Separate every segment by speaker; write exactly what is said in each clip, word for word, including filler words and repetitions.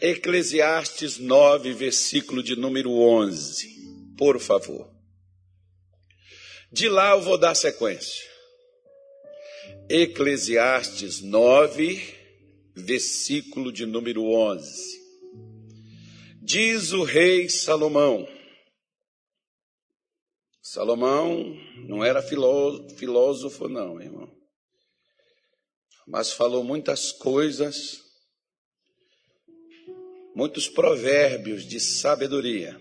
Speaker 1: Eclesiastes nove, versículo de número onze, por favor. De lá eu vou dar sequência. Eclesiastes nove, versículo de número onze. Diz o rei Salomão. Salomão não era filósofo não, irmão. Mas falou muitas coisas, muitos provérbios de sabedoria.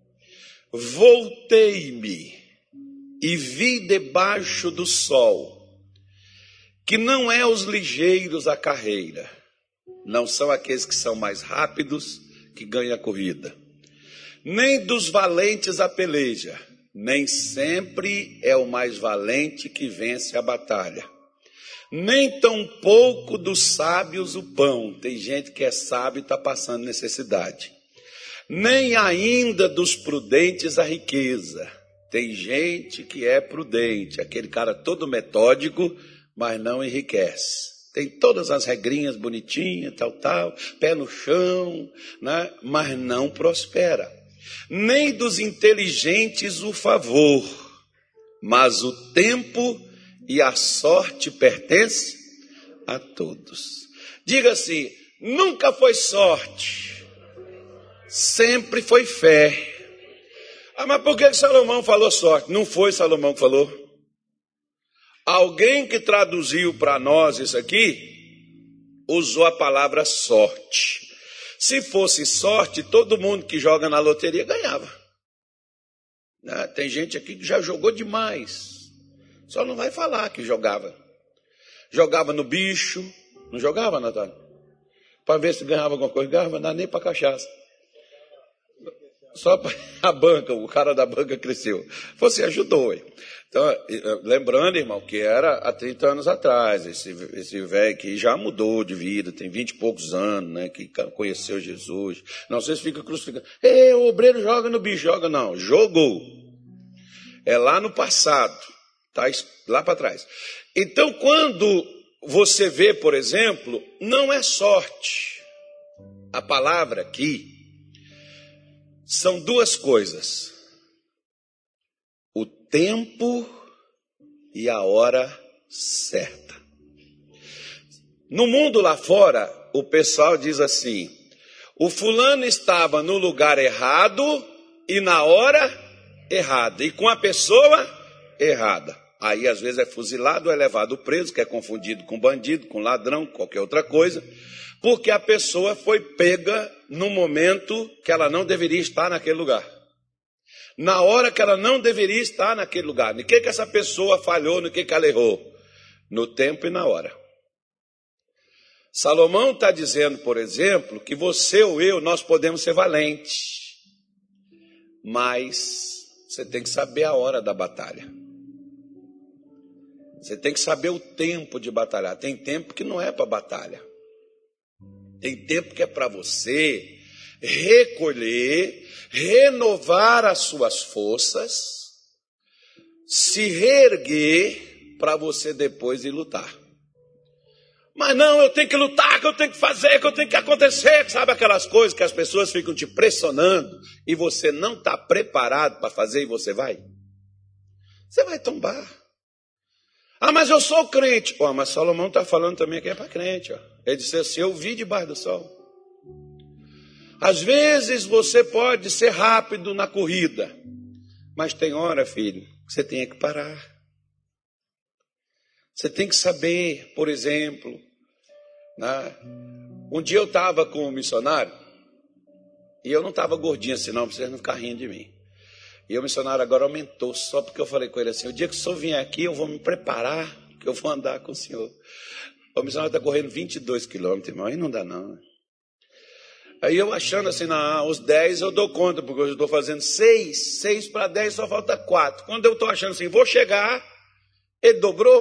Speaker 1: Voltei-me e vi debaixo do sol, que não é os ligeiros a carreira, não são aqueles que são mais rápidos que ganham a corrida, nem dos valentes a peleja, nem sempre é o mais valente que vence a batalha, nem tampouco dos sábios o pão, tem gente que é sábio e está passando necessidade, nem ainda dos prudentes a riqueza, tem gente que é prudente, aquele cara todo metódico, mas não enriquece. Tem todas as regrinhas bonitinhas, tal, tal, pé no chão, né? Mas não prospera. Nem dos inteligentes o favor, mas o tempo e a sorte pertence a todos. Diga assim, nunca foi sorte, sempre foi fé. Ah, mas por que Salomão falou sorte? Não foi Salomão que falou. Alguém que traduziu para nós isso aqui, usou a palavra sorte. Se fosse sorte, todo mundo que joga na loteria ganhava. Né? Tem gente aqui que já jogou demais. Só não vai falar que jogava. Jogava no bicho. Não jogava, Natália? Para ver se ganhava alguma coisa. Ganhava, não dá nem para cachaça. Só para a banca, o cara da banca cresceu. Você ajudou, hein? Então, lembrando, irmão, que era há trinta anos atrás, esse, esse velho que já mudou de vida, tem vinte e poucos anos, né, que conheceu Jesus. Não sei se fica crucificado. Ei, o obreiro joga no bicho, joga não, jogou. É lá no passado, tá lá para trás. Então, quando você vê, por exemplo, não é sorte. A palavra aqui são duas coisas. O tempo e a hora certa. No mundo lá fora, o pessoal diz assim, o fulano estava no lugar errado e na hora errada, e com a pessoa errada. Aí às vezes é fuzilado, é levado preso, que é confundido com bandido, com ladrão, qualquer outra coisa, porque a pessoa foi pega no momento que ela não deveria estar naquele lugar. Na hora que ela não deveria estar naquele lugar. No que que essa pessoa falhou, no que que ela errou? No tempo e na hora. Salomão está dizendo, por exemplo, que você ou eu, nós podemos ser valentes. Mas você tem que saber a hora da batalha. Você tem que saber o tempo de batalhar. Tem tempo que não é para batalha. Tem tempo que é para você recolher, renovar as suas forças, se reerguer para você depois ir lutar. Mas não, eu tenho que lutar, que eu tenho que fazer, que eu tenho que acontecer. Sabe aquelas coisas que as pessoas ficam te pressionando e você não está preparado para fazer e você vai? Você vai tombar. Ah, mas eu sou crente. Oh, mas Salomão está falando também que é para crente. Ó. Ele disse assim, eu vi debaixo do sol. Às vezes você pode ser rápido na corrida, mas tem hora, filho, que você tem que parar. Você tem que saber, por exemplo, né? Um dia eu estava com um missionário, e eu não estava gordinho assim não, para vocês não ficarem rindo de mim. E o missionário agora aumentou, só porque eu falei com ele assim, o dia que o senhor vier aqui, eu vou me preparar, que eu vou andar com o senhor. O missionário está correndo vinte e dois quilômetros, irmão, aí não dá não, né? Aí eu achando assim, não, os dez eu dou conta, porque eu estou fazendo seis, seis para dez só falta quatro. Quando eu estou achando assim, vou chegar, ele dobrou.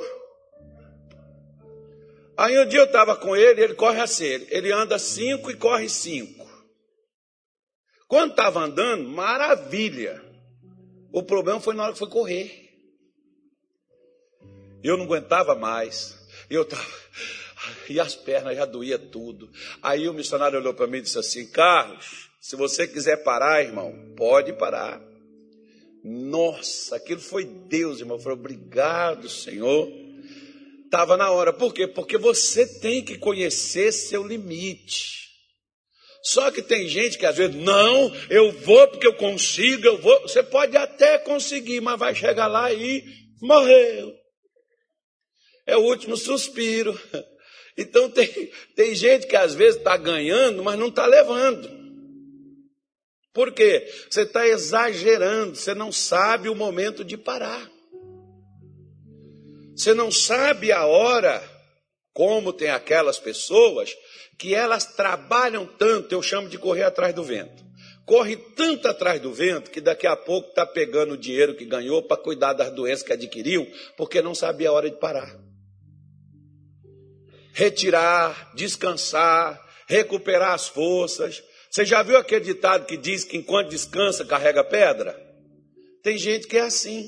Speaker 1: Aí um dia eu estava com ele, ele corre assim, ele anda cinco e corre cinco. Quando estava andando, maravilha. O problema foi na hora que foi correr. Eu não aguentava mais. Eu estava... E as pernas já doía tudo. Aí o missionário olhou para mim e disse assim: Carlos, se você quiser parar, irmão, pode parar. Nossa, aquilo foi Deus, irmão. Eu falei: obrigado, Senhor. Estava na hora. Por quê? Porque você tem que conhecer seu limite. Só que tem gente que às vezes, não, eu vou porque eu consigo, eu vou. Você pode até conseguir, mas vai chegar lá e morreu. É o último suspiro. Então tem, tem gente que às vezes está ganhando, mas não está levando. Por quê? Você está exagerando, você não sabe o momento de parar. Você não sabe a hora, como tem aquelas pessoas que elas trabalham tanto, eu chamo de correr atrás do vento. Corre tanto atrás do vento que daqui a pouco está pegando o dinheiro que ganhou para cuidar das doenças que adquiriu, porque não sabia a hora de parar. Retirar, descansar, recuperar as forças. Você já viu aquele ditado que diz que enquanto descansa, carrega pedra? Tem gente que é assim.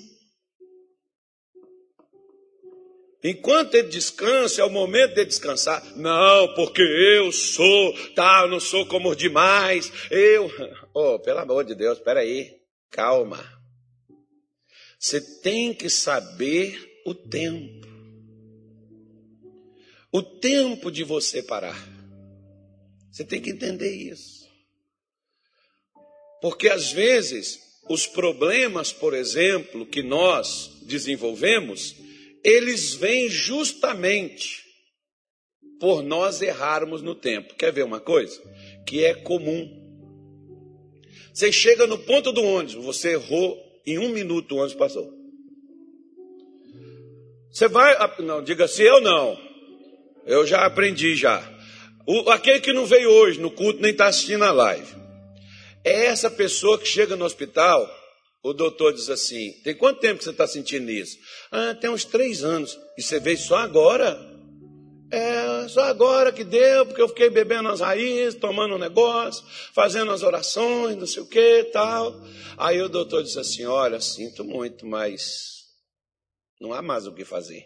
Speaker 1: Enquanto ele descansa, é o momento de descansar. Não, porque eu sou, tá, eu não sou como os demais. Eu, oh, pelo amor de Deus, espera aí, calma. Você tem que saber o tempo. O tempo de você parar. Você tem que entender isso. Porque às vezes, os problemas, por exemplo, que nós desenvolvemos, eles vêm justamente por nós errarmos no tempo. Quer ver uma coisa? Que é comum. Você chega no ponto do ônibus, você errou, em um minuto o ônibus passou. Você vai, não, diga assim, eu não. Eu já aprendi já. O, aquele que não veio hoje no culto, nem está assistindo a live. É essa pessoa que chega no hospital, o doutor diz assim, tem quanto tempo que você está sentindo isso? Ah, tem uns três anos. E você veio só agora? É, só agora que deu, porque eu fiquei bebendo as raízes, tomando um negócio, fazendo as orações, não sei o que tal. Aí o doutor diz assim, olha, sinto muito, mas não há mais o que fazer.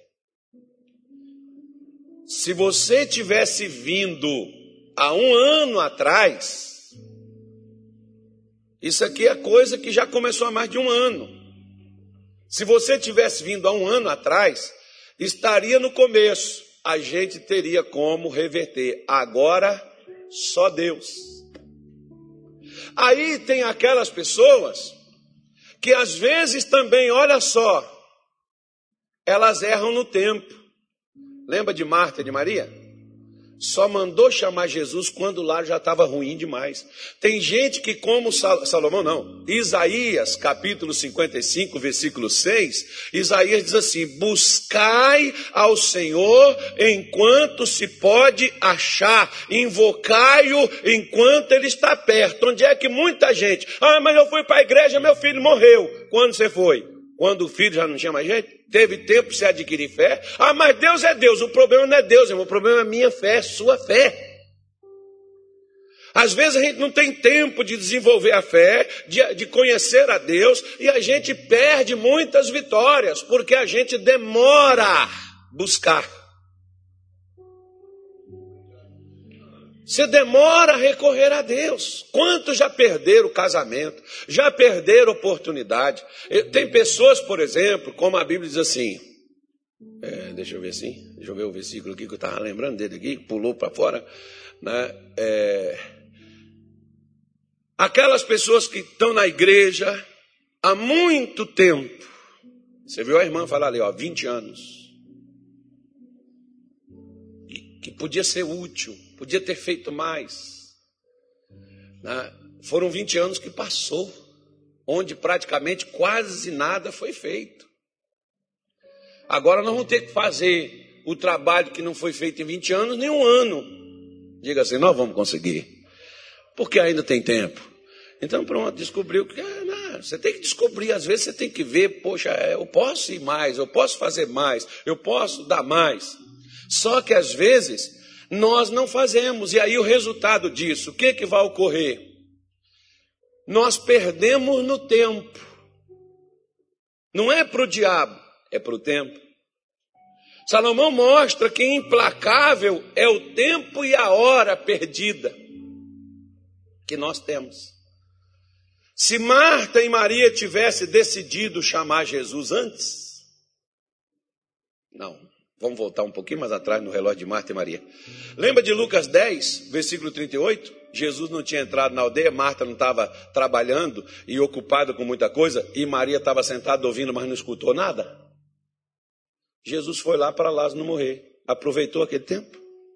Speaker 1: Se você tivesse vindo há um ano atrás, isso aqui é coisa que já começou há mais de um ano. Se você tivesse vindo há um ano atrás, estaria no começo. A gente teria como reverter. Agora, só Deus. Aí tem aquelas pessoas que às vezes também, olha só, elas erram no tempo. Lembra de Marta e de Maria? Só mandou chamar Jesus quando lá já estava ruim demais. Tem gente que, como Salomão, não. Isaías, capítulo cinquenta e cinco, versículo seis, Isaías diz assim, buscai ao Senhor enquanto se pode achar, invocai-o enquanto ele está perto. Onde é que muita gente, ah, mas eu fui para a igreja, meu filho morreu. Quando você foi? Quando o filho já não tinha mais jeito? Teve tempo para você adquirir fé? Ah, mas Deus é Deus. O problema não é Deus, irmão. O problema é minha fé, sua fé. Às vezes a gente não tem tempo de desenvolver a fé, de, de conhecer a Deus, e a gente perde muitas vitórias, porque a gente demora a buscar. Você demora a recorrer a Deus. Quantos já perderam o casamento? Já perderam a oportunidade? Tem pessoas, por exemplo, como a Bíblia diz assim, é, deixa eu ver assim, deixa eu ver o versículo aqui que eu estava lembrando dele aqui, que pulou para fora, né? É, aquelas pessoas que estão na igreja há muito tempo. Você viu a irmã falar ali, ó, vinte anos. Que podia ser útil, podia ter feito mais. Né? Foram vinte anos que passou, onde praticamente quase nada foi feito. Agora nós vamos ter que fazer o trabalho que não foi feito em vinte anos, nem um ano. Diga assim, nós vamos conseguir, porque ainda tem tempo. Então pronto, descobriu que ah, não, você tem que descobrir, às vezes você tem que ver, poxa, eu posso ir mais, eu posso fazer mais, eu posso dar mais. Só que às vezes nós não fazemos. E aí o resultado disso, o que, que vai ocorrer? Nós perdemos no tempo. Não é para o diabo, é para o tempo. Salomão mostra que implacável é o tempo e a hora perdida que nós temos. Se Marta e Maria tivessem decidido chamar Jesus antes, não, vamos voltar um pouquinho mais atrás no relógio de Marta e Maria. Lembra de Lucas dez, versículo trinta e oito? Jesus não tinha entrado na aldeia, Marta não estava trabalhando e ocupada com muita coisa, e Maria estava sentada ouvindo, mas não escutou nada. Jesus foi lá para Lázaro não morrer. Aproveitou aquele tempo.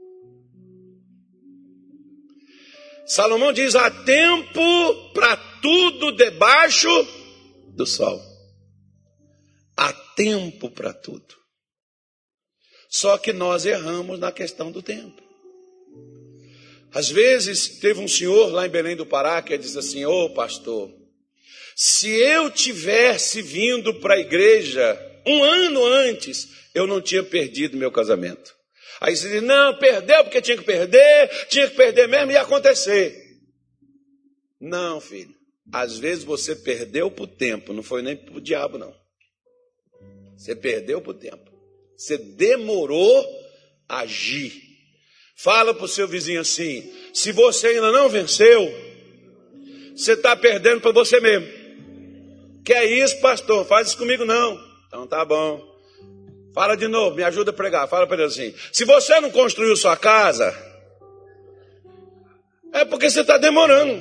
Speaker 1: Salomão diz: há tempo para tudo debaixo do sol. Há tempo para tudo. Só que nós erramos na questão do tempo. Às vezes, teve um senhor lá em Belém do Pará que disse assim: ô pastor, se eu tivesse vindo para a igreja um ano antes, eu não tinha perdido meu casamento. Aí você diz: não, perdeu porque tinha que perder, tinha que perder mesmo, ia acontecer. Não, filho. Às vezes você perdeu por tempo, não foi nem por diabo, não. Você perdeu por tempo. Você demorou a agir. Fala para o seu vizinho assim: se você ainda não venceu, você está perdendo para você mesmo. Que é isso, pastor? Faz isso comigo não. Então tá bom. Fala de novo, me ajuda a pregar. Fala para ele assim: se você não construiu sua casa, é porque você está demorando.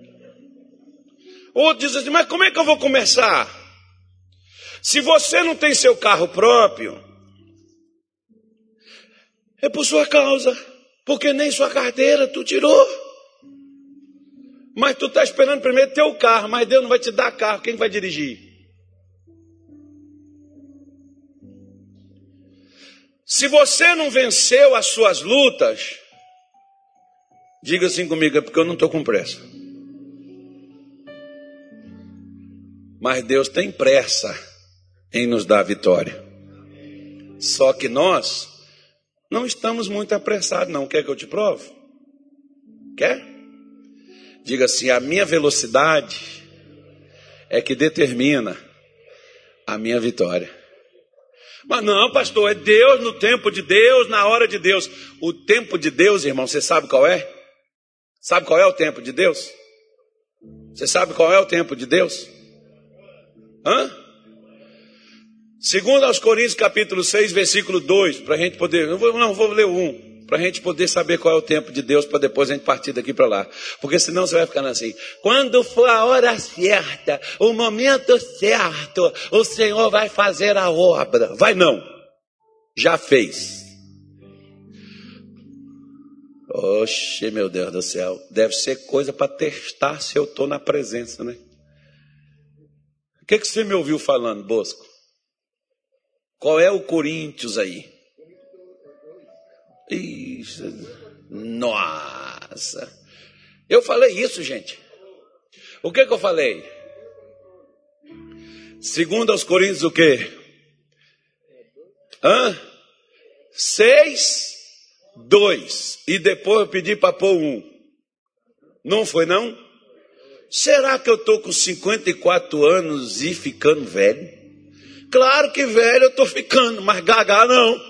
Speaker 1: Outro diz assim: mas como é que eu vou começar? Se você não tem seu carro próprio, é por sua causa, porque nem sua carteira tu tirou. Mas tu está esperando primeiro ter o carro, mas Deus não vai te dar carro, quem vai dirigir? Se você não venceu as suas lutas, diga assim comigo: é porque eu não estou com pressa. Mas Deus tem pressa em nos dar a vitória. Só que nós não estamos muito apressados, não. Quer que eu te prove? Quer? Diga assim: a minha velocidade é que determina a minha vitória. Mas não, pastor, é Deus no tempo de Deus, na hora de Deus. O tempo de Deus, irmão, você sabe qual é? Sabe qual é o tempo de Deus? Você sabe qual é o tempo de Deus? Hã? Segundo aos Coríntios capítulo seis, versículo dois, para a gente poder, não vou, não, vou ler o um, para a gente poder saber qual é o tempo de Deus, para depois a gente partir daqui para lá. Porque senão você vai ficando assim: quando for a hora certa, o momento certo, o Senhor vai fazer a obra. Vai não, já fez. Oxe, meu Deus do céu, deve ser coisa para testar se eu estou na presença, né? O que, que você me ouviu falando, Bosco? Qual é o Coríntios aí? Isso. Nossa. Eu falei isso, gente. O que que eu falei? Segundo aos Coríntios o quê? Hã? Seis, dois. E depois eu pedi para pôr um. Não foi não? Será que eu estou com cinquenta e quatro anos e ficando velho? Claro que velho eu estou ficando, mas gaga não.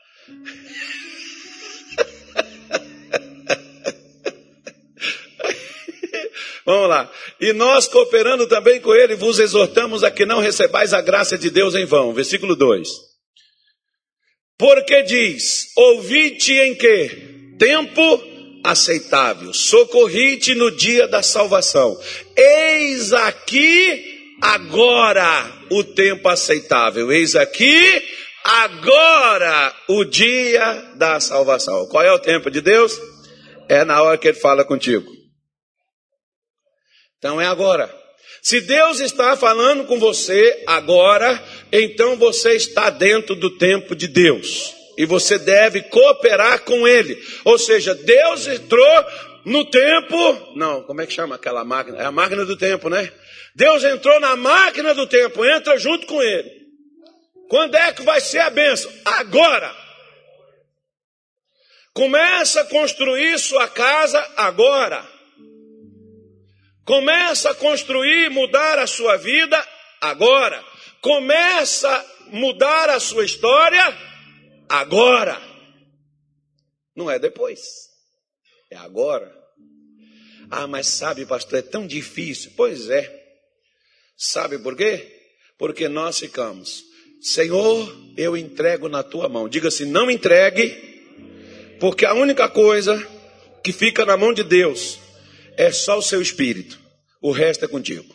Speaker 1: Vamos lá. E nós, cooperando também com ele, vos exortamos a que não recebais a graça de Deus em vão. Versículo dois. Porque diz: ouvi-te em que? Tempo aceitável. Socorri-te no dia da salvação. Eis aqui agora o tempo aceitável. Eis aqui agora o dia da salvação. Qual é o tempo de Deus? É na hora que ele fala contigo. Então é agora. Se Deus está falando com você agora, então você está dentro do tempo de Deus. E você deve cooperar com ele. Ou seja, Deus entrou no tempo... Não, como é que chama aquela máquina? É a máquina do tempo, né? Deus entrou na máquina do tempo. Entra junto com ele. Quando é que vai ser a bênção? Agora. Começa a construir sua casa agora. Começa a construir, mudar a sua vida agora. Começa a mudar a sua história agora. Não é depois, é agora. Ah, mas sabe, pastor, é tão difícil. Pois é. Sabe por quê? Porque nós ficamos, Senhor, eu entrego na tua mão. Diga assim, não entregue, porque a única coisa que fica na mão de Deus é só o seu espírito. O resto é contigo.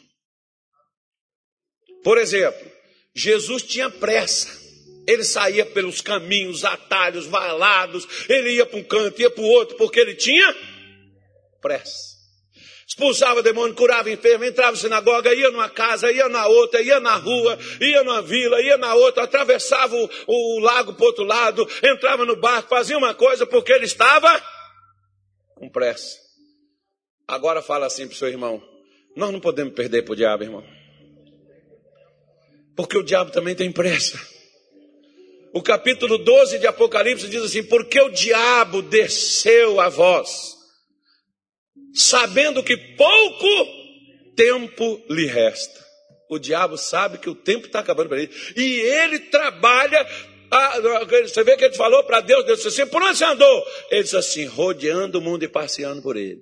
Speaker 1: Por exemplo, Jesus tinha pressa. Ele saía pelos caminhos, atalhos, valados. Ele ia para um canto, ia para o outro, porque ele tinha pressa. Expulsava demônio, curava enfermo, entrava na sinagoga, ia numa casa, ia na outra, ia na rua, ia numa vila, ia na outra, atravessava o, o lago para o outro lado, entrava no barco, fazia uma coisa porque ele estava com pressa. Agora fala assim para o seu irmão, nós não podemos perder para o diabo, irmão. Porque o diabo também tem pressa. O capítulo doze de Apocalipse diz assim, porque o diabo desceu a vós, sabendo que pouco tempo lhe resta. O diabo sabe que o tempo está acabando para ele. E ele trabalha. Ah, você vê que ele falou para Deus, Deus disse assim, por onde você andou? Ele disse assim, rodeando o mundo e passeando por ele.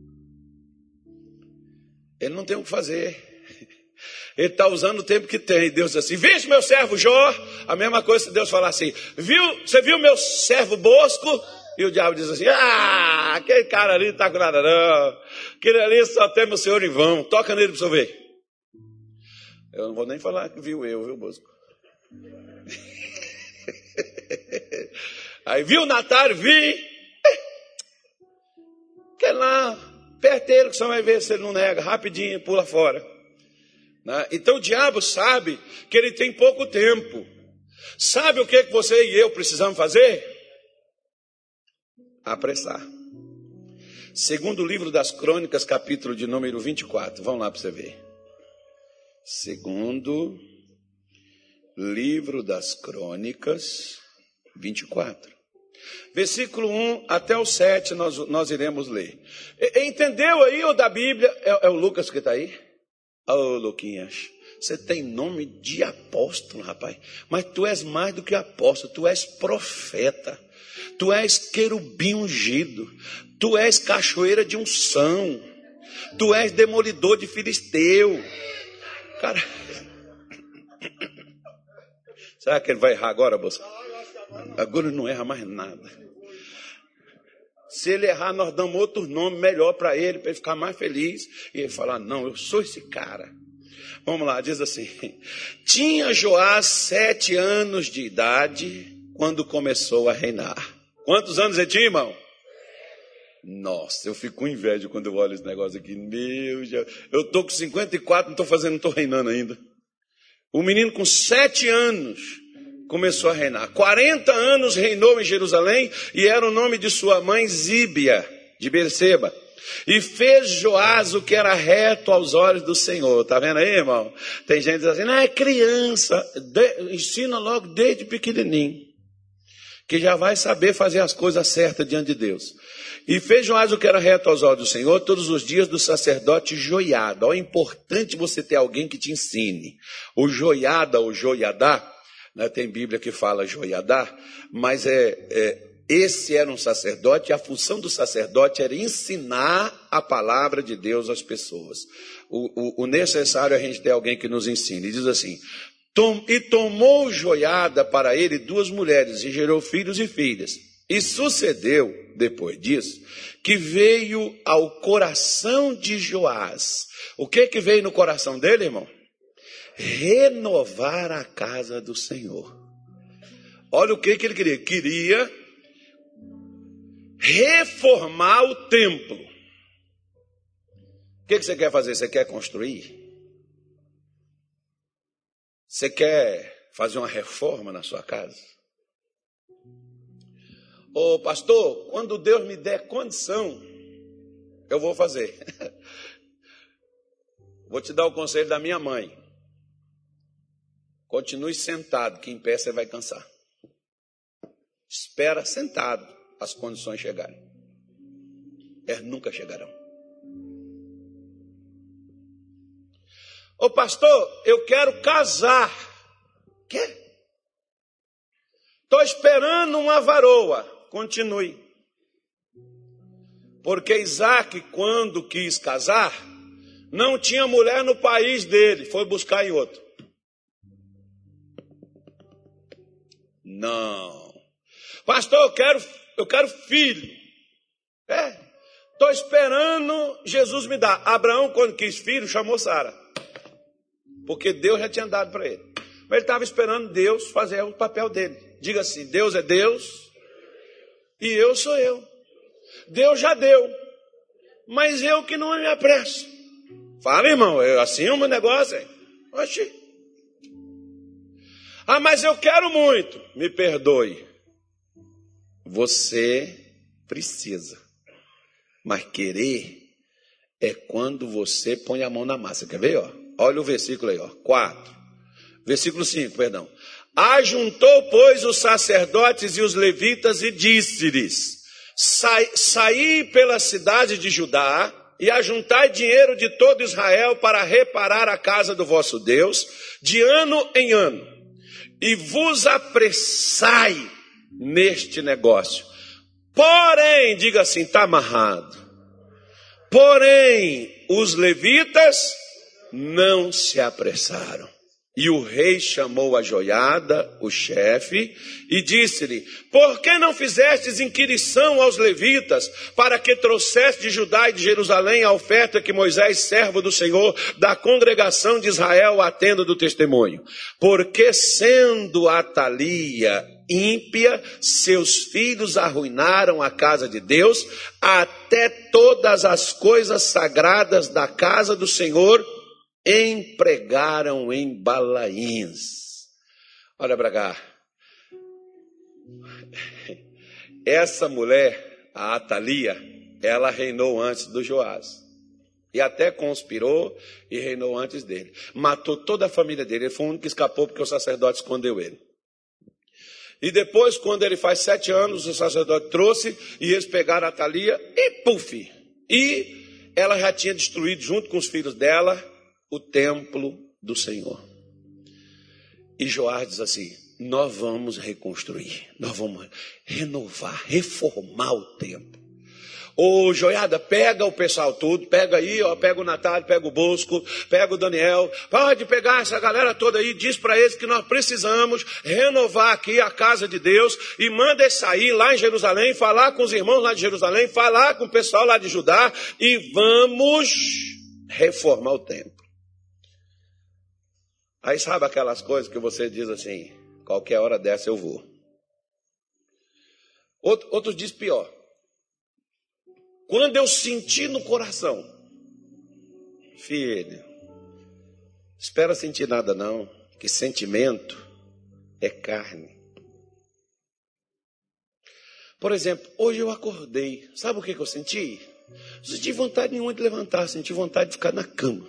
Speaker 1: Ele não tem o que fazer. Ele está usando o tempo que tem. Deus diz assim, viste meu servo Jó? A mesma coisa se Deus falar assim, viu, você viu meu servo Bosco? E o diabo diz assim, ah, aquele cara ali não está com nada não. Aquele ali só tem o senhor em vão. Toca nele para você ver. Eu não vou nem falar que viu eu, viu, Bosco? Aí viu o Natário, vi. Quer lá, perteiro que você vai ver se ele não nega. Rapidinho, pula fora. Então o diabo sabe que ele tem pouco tempo. Sabe o que você e eu precisamos fazer? Apressar. Segundo livro das Crônicas, capítulo de número vinte e quatro. Vamos lá para você ver. Segundo livro das Crônicas, vinte e quatro. Versículo um até o sete nós, nós iremos ler. Entendeu aí o da Bíblia? É, é o Lucas que está aí? Ô, oh, Luquinhas, você tem nome de apóstolo, rapaz. Mas tu és mais do que apóstolo, tu és profeta. Tu és querubim ungido. Tu és cachoeira de unção. Tu és demolidor de filisteu. Cara, será que ele vai errar agora, Bolsa? Agora ele não erra mais nada. Se ele errar, nós damos outro nome melhor para ele, para ele ficar mais feliz. E ele falar, não, eu sou esse cara. Vamos lá, diz assim. Tinha Joás sete anos de idade quando começou a reinar. Quantos anos ele tinha, irmão? Nossa, eu fico com inveja quando eu olho esse negócio aqui. Meu, já... eu estou com cinquenta e quatro, não estou fazendo, não estou reinando ainda. O menino com sete anos começou a reinar. quarenta anos reinou em Jerusalém e era o nome de sua mãe Zíbia, de Berseba. E fez Joás o que era reto aos olhos do Senhor. Está vendo aí, irmão? Tem gente que diz assim, não, é criança. De... Ensina logo desde pequenininho, que já vai saber fazer as coisas certas diante de Deus. E fez Joás o que era reto aos olhos do Senhor todos os dias do sacerdote Joiada. Ó, é importante você ter alguém que te ensine. O Joiada ou Joiadá, né, tem Bíblia que fala Joiadá, mas é, é, esse era um sacerdote e a função do sacerdote era ensinar a palavra de Deus às pessoas. O, o, o necessário é a gente ter alguém que nos ensine. E diz assim, Tom, e tomou Joiada para ele duas mulheres e gerou filhos e filhas. E sucedeu, depois disso, que veio ao coração de Joás. O que que veio no coração dele, irmão? Renovar a casa do Senhor. Olha o que que ele queria. Queria reformar o templo. O que que você quer fazer? Você quer construir? Você quer fazer uma reforma na sua casa? Ô pastor, quando Deus me der condição, eu vou fazer. Vou te dar o conselho da minha mãe. Continue sentado, que em pé você vai cansar. Espera sentado as condições chegarem. Elas nunca chegarão. Ô pastor, eu quero casar. Quer? Estou esperando uma varoa. Continue. Porque Isaac, quando quis casar, não tinha mulher no país dele, foi buscar em outro. Não. Pastor, eu quero, eu quero filho. É. Estou esperando Jesus me dar. Abraão, quando quis filho, chamou Sara. Porque Deus já tinha dado para ele. Mas ele estava esperando Deus fazer o papel dele. Diga assim, Deus é Deus e eu sou eu. Deus já deu, mas eu que não me apresso. Fala, irmão, eu, assim é um negócio. Hein? Oxi. Ah, mas eu quero muito. Me perdoe. Você precisa. Mas querer é quando você põe a mão na massa. Quer ver? Ó? Olha o versículo aí, ó. quatro. Versículo cinco, perdão. Ajuntou, pois, os sacerdotes e os levitas e disse-lhes: Sa- saí pela cidade de Judá e ajuntai dinheiro de todo Israel para reparar a casa do vosso Deus, de ano em ano, e vos apressai neste negócio. Porém, diga assim, está amarrado. Porém, os levitas não se apressaram. E o rei chamou a joiada, o chefe, e disse-lhe: por que não fizestes inquirição aos levitas, para que trouxesse de Judá e de Jerusalém a oferta que Moisés, servo do Senhor, da congregação de Israel, à tenda do testemunho? Porque sendo Atalia ímpia, seus filhos arruinaram a casa de Deus, até todas as coisas sagradas da casa do Senhor empregaram em Balaíns. Olha para cá. Essa mulher, a Atalia, ela reinou antes do Joás. E até conspirou e reinou antes dele. Matou toda a família dele. Ele foi o único que escapou porque o sacerdote escondeu ele. E depois, quando ele faz sete anos, o sacerdote trouxe e eles pegaram a Atalia e puf! E ela já tinha destruído, junto com os filhos dela, o templo do Senhor. E Joás diz assim: nós vamos reconstruir, nós vamos renovar, reformar o templo. Ô joiada, pega o pessoal tudo, pega aí, ó, pega o Natália, pega o Bosco, pega o Daniel, pode pegar essa galera toda aí, diz para eles que nós precisamos renovar aqui a casa de Deus e manda eles sair lá em Jerusalém, falar com os irmãos lá de Jerusalém, falar com o pessoal lá de Judá e vamos reformar o templo. Aí sabe aquelas coisas que você diz assim, qualquer hora dessa eu vou. Outro, outros diz pior. Quando eu senti no coração, filho, espera sentir nada não, que sentimento é carne. Por exemplo, hoje eu acordei, sabe o que, que eu senti? Não senti vontade nenhuma de levantar, senti vontade de ficar na cama.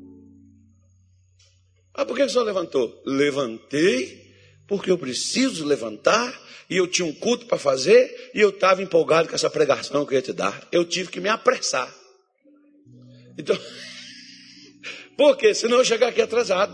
Speaker 1: Ah, por que o senhor levantou? Levantei porque eu preciso levantar e eu tinha um culto para fazer e eu estava empolgado com essa pregação que eu ia te dar. Eu tive que me apressar. Então, por quê? Senão eu chegar aqui atrasado.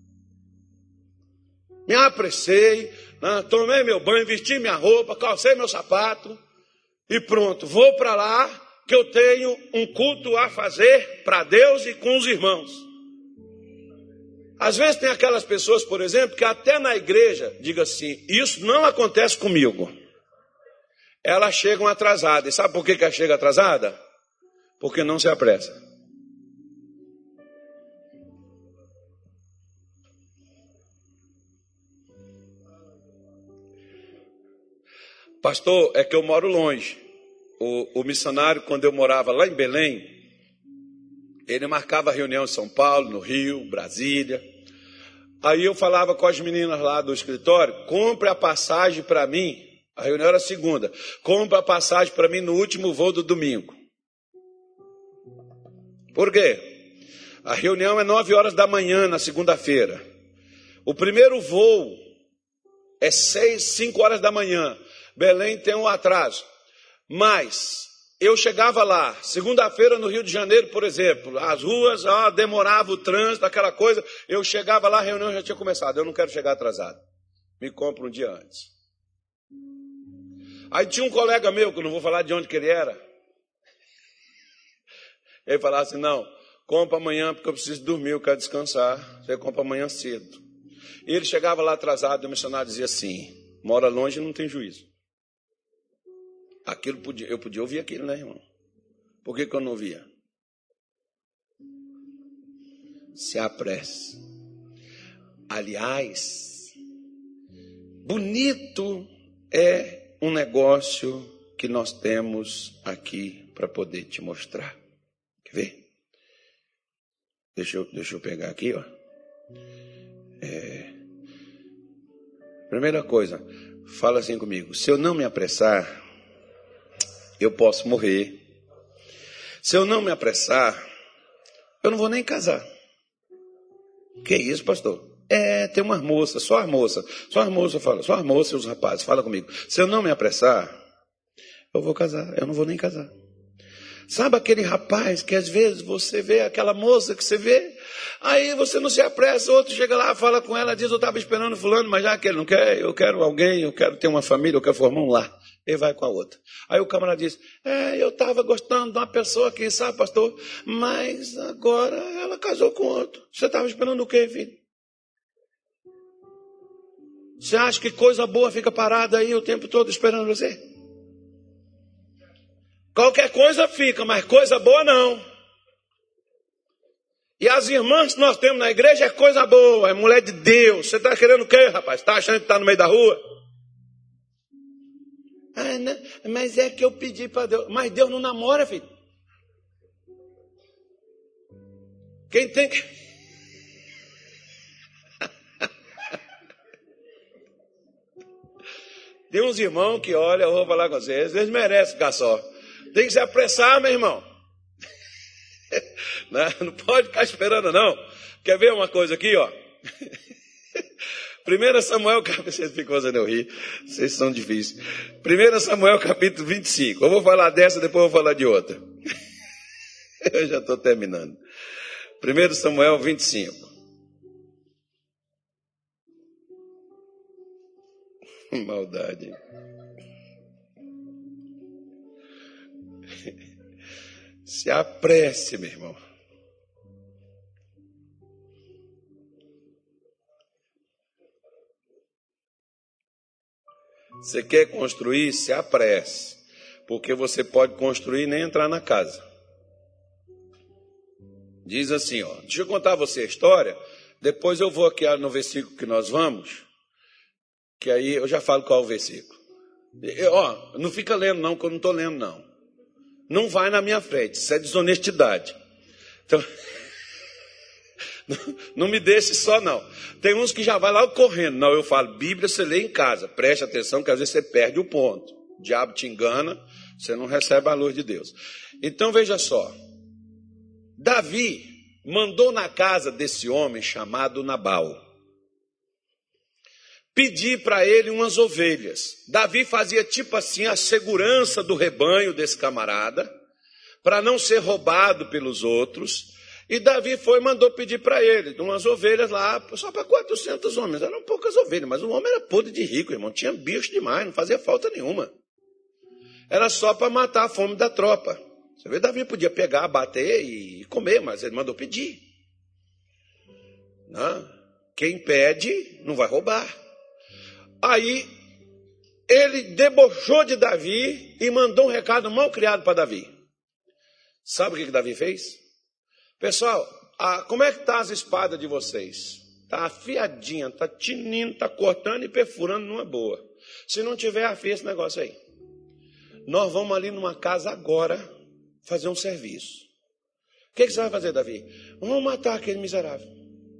Speaker 1: Me apressei, né? Tomei meu banho, vesti minha roupa, calcei meu sapato e pronto. Vou para lá que eu tenho um culto a fazer para Deus e com os irmãos. Às vezes tem aquelas pessoas, por exemplo, que até na igreja, diga assim, isso não acontece comigo. Elas chegam atrasadas. E sabe por que que ela chega atrasada? Porque não se apressa. Pastor, é que eu moro longe. O, o missionário, quando eu morava lá em Belém, ele marcava reunião em São Paulo, no Rio, Brasília. Aí eu falava com as meninas lá do escritório, compre a passagem para mim. A reunião era segunda. Compre a passagem para mim no último voo do domingo. Por quê? A reunião é nove horas da manhã na segunda-feira. O primeiro voo é seis, cinco horas da manhã. Belém tem um atraso. Mas eu chegava lá, segunda-feira no Rio de Janeiro, por exemplo, as ruas, ó, demorava o trânsito, aquela coisa. Eu chegava lá, a reunião já tinha começado. Eu não quero chegar atrasado. Me compra um dia antes. Aí tinha um colega meu, que eu não vou falar de onde que ele era. Ele falava assim, não, compra amanhã porque eu preciso dormir, eu quero descansar. Você compra amanhã cedo. E ele chegava lá atrasado e o missionário dizia assim, mora longe e não tem juízo. Aquilo podia, eu podia ouvir aquilo, né, irmão? Por que que eu não ouvia? Se apresse. Aliás, bonito é um negócio que nós temos aqui para poder te mostrar. Quer ver? Deixa eu, deixa eu pegar aqui, ó. É... Primeira coisa, fala assim comigo. Se eu não me apressar, eu posso morrer. Se eu não me apressar, eu não vou nem casar. Que isso, pastor? É, tem umas moças, só as moças. Só as moças falam, só as moças e os rapazes, fala comigo. Se eu não me apressar, eu vou casar, eu não vou nem casar. Sabe aquele rapaz que às vezes você vê aquela moça que você vê, aí você não se apressa, outro chega lá, fala com ela, diz, eu estava esperando fulano, mas já que ele não quer, eu quero alguém, eu quero ter uma família, eu quero formar um lar. Ele vai com a outra. Aí o camarada diz, é, eu estava gostando de uma pessoa aqui, sabe, pastor, mas agora ela casou com outro. Você estava esperando o quê, filho? Você acha que coisa boa fica parada aí o tempo todo esperando você? Qualquer coisa fica, mas coisa boa não. E as irmãs que nós temos na igreja é coisa boa, é mulher de Deus. Você está querendo o quê, rapaz? Está achando que está no meio da rua? Ah, não, mas é que eu pedi para Deus. Mas Deus não namora, filho. Quem tem que... Tem uns irmãos que, olha, eu vou falar com vocês, eles merecem ficar só. Tem que se apressar, meu irmão. Não, não pode ficar esperando, não. Quer ver uma coisa aqui, ó? primeiro Samuel, vocês ficam fazendo eu rir, vocês são difíceis. primeiro Samuel, capítulo vinte e cinco. Eu vou falar dessa, depois eu vou falar de outra. Eu já estou terminando. primeiro Samuel vinte e cinco. Maldade. Se apresse, meu irmão. Você quer construir? Se apresse. Porque você pode construir e nem entrar na casa. Diz assim, ó. Deixa eu contar a você a história. Depois eu vou aqui no versículo que nós vamos. Que aí eu já falo qual é o versículo. Eu, ó, não fica lendo não, que eu não estou lendo não. Não vai na minha frente, isso é desonestidade. Então, não, não me deixe só não. Tem uns que já vai lá correndo. Não, eu falo, Bíblia você lê em casa. Preste atenção que às vezes você perde o ponto. O diabo te engana, você não recebe a luz de Deus. Então veja só. Davi mandou na casa desse homem chamado Nabal pedir para ele umas ovelhas. Davi fazia tipo assim a segurança do rebanho desse camarada, para não ser roubado pelos outros. E Davi foi e mandou pedir para ele umas ovelhas lá, só para quatrocentos homens. Eram poucas ovelhas, mas o homem era podre de rico, irmão. Tinha bicho demais, não fazia falta nenhuma. Era só para matar a fome da tropa. Você vê, Davi podia pegar, bater e comer, mas ele mandou pedir. Não? Quem pede não vai roubar. Aí, ele debochou de Davi e mandou um recado mal criado para Davi. Sabe o que, que Davi fez? Pessoal, a, como é que está as espadas de vocês? Está afiadinha, está tinindo, está cortando e perfurando numa boa. Se não tiver, afia esse negócio aí. Nós vamos ali numa casa agora fazer um serviço. O que, que você vai fazer, Davi? Vamos matar aquele miserável.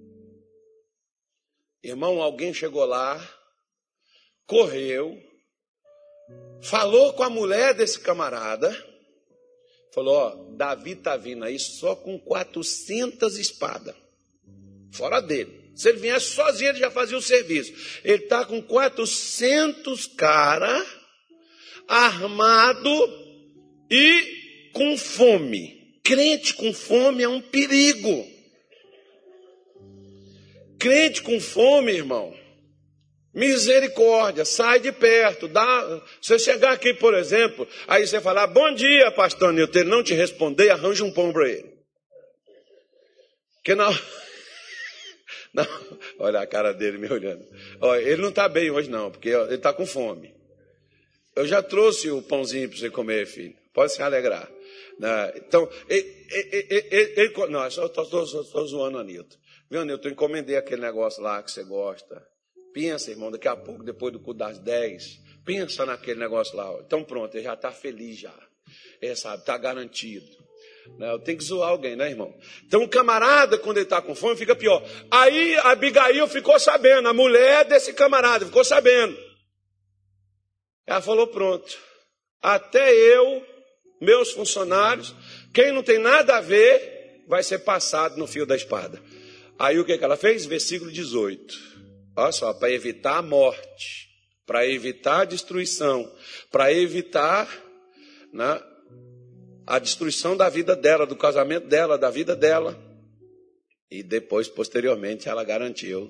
Speaker 1: Irmão, alguém chegou lá, correu, falou com a mulher desse camarada, falou, ó, Davi está vindo aí só com quatrocentas espadas, fora dele. Se ele viesse sozinho, ele já fazia o serviço. Ele está com quatrocentos caras, armado e com fome. Crente com fome é um perigo. Crente com fome, irmão, Misericórdia, sai de perto. Dá, você chegar aqui, por exemplo, aí você falar, bom dia, pastor Nilton, ele não te responder, arranja um pão para ele. Porque não... não... Olha a cara dele me olhando. Olha, ele não está bem hoje não, porque ele está com fome. Eu já trouxe o pãozinho para você comer, filho. Pode se alegrar. Então, ele... ele, ele, ele não, eu só estou zoando o Nilton. Viu, Nilton, eu encomendei aquele negócio lá que você gosta. Pensa, irmão, daqui a pouco, depois do culto das dez, pensa naquele negócio lá. Então pronto, ele já está feliz já. Ele sabe, está garantido. Eu tenho que zoar alguém, né, irmão? Então o camarada, quando ele está com fome, fica pior. Aí a Abigail ficou sabendo, a mulher desse camarada ficou sabendo. Ela falou, pronto, até eu, meus funcionários, quem não tem nada a ver, vai ser passado no fio da espada. Aí o que, que ela fez? Versículo dezoito. Olha só, para evitar a morte, para evitar a destruição, para evitar, né, a destruição da vida dela, do casamento dela, da vida dela. E depois, posteriormente, ela garantiu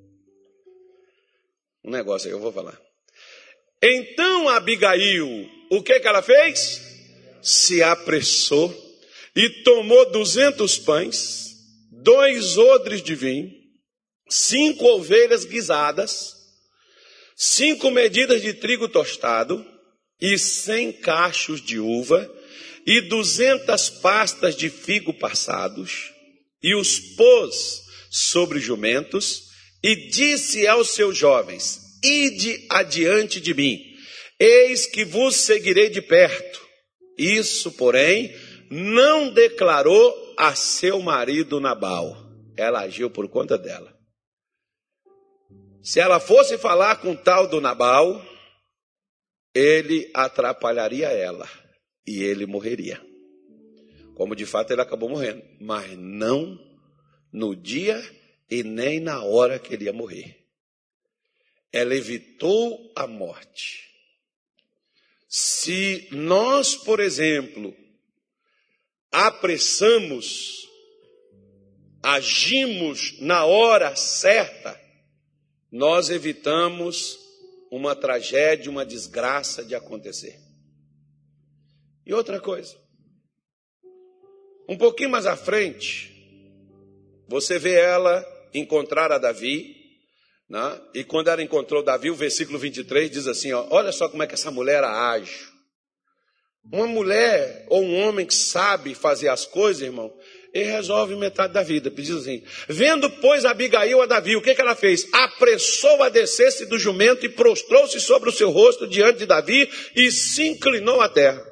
Speaker 1: um negócio aí, eu vou falar. Então, Abigail, o que, que ela fez? Se apressou e tomou duzentos pães, dois odres de vinho, cinco ovelhas guisadas, cinco medidas de trigo tostado e cem cachos de uva e duzentas pastas de figo passados, e os pôs sobre jumentos e disse aos seus jovens, ide adiante de mim, eis que vos seguirei de perto. Isso, porém, não declarou a seu marido Nabal. Ela agiu por conta dela. Se ela fosse falar com o tal do Nabal, ele atrapalharia ela e ele morreria. Como de fato ele acabou morrendo, mas não no dia e nem na hora que ele ia morrer. Ela evitou a morte. Se nós, por exemplo, apressamos, agimos na hora certa, nós evitamos uma tragédia, uma desgraça de acontecer. E outra coisa, um pouquinho mais à frente, você vê ela encontrar a Davi, né? E quando ela encontrou Davi, o versículo vinte e três diz assim, ó, olha só como é que essa mulher age. Uma mulher ou um homem que sabe fazer as coisas, irmão, ele resolve metade da vida. Diz assim, vendo, pois, Abigail a Davi, o que, que ela fez? Apressou a descer-se do jumento e prostrou-se sobre o seu rosto diante de Davi e se inclinou à terra.